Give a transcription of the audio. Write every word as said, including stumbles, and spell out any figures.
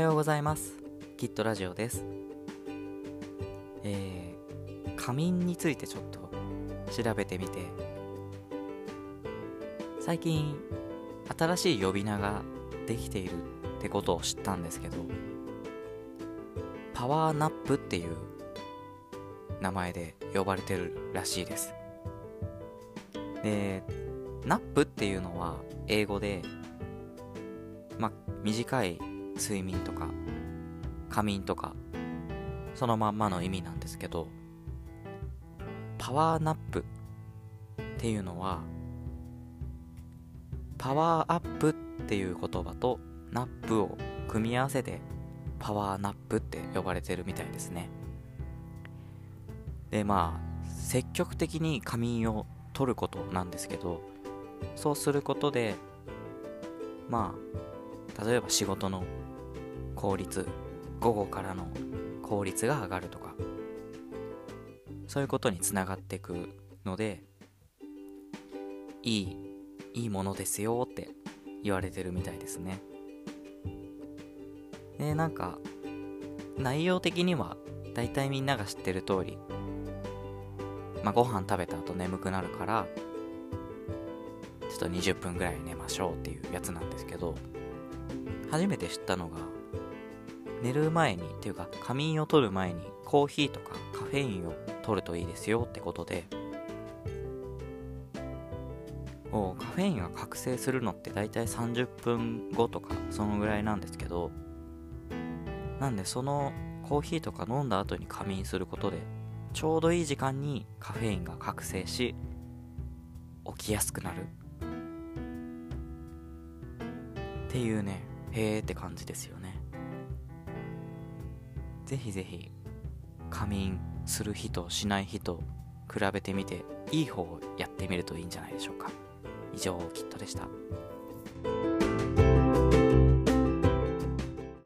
ようございます。キットラジオです。えー、仮眠についてちょっと調べてみて、最近新しい呼び名ができているってことを知ったんですけど、パワーナップっていう名前で呼ばれてるらしいです。で、ナップっていうのは英語で、まあ短い睡眠とか仮眠とかそのまんまの意味なんですけど、パワーナップっていうのはパワーアップっていう言葉とナップを組み合わせてパワーナップって呼ばれてるみたいですね。で、まあ積極的に仮眠を取ることなんですけど、そうすることでまあ例えば仕事の効率、午後からの効率が上がるとか、そういうことにつながっていくので、いいいいものですよって言われてるみたいですね。で、なんか内容的にはだいたいみんなが知ってる通り、まあご飯食べた後眠くなるからちょっとにじゅっぷんぐらい寝ましょうっていうやつなんですけど、初めて知ったのが、寝る前にっていうか仮眠を取る前にコーヒーとかカフェインを取るといいですよってことで、おカフェインが覚醒するのってだいたいさんじゅっぷんごとかそのぐらいなんですけど、なんでそのコーヒーとか飲んだ後に仮眠することでちょうどいい時間にカフェインが覚醒し起きやすくなるっていうね、へーって感じですよね。ぜひぜひ仮眠する日としない日と比べてみて、いい方をやってみるといいんじゃないでしょうか。以上、キットでした。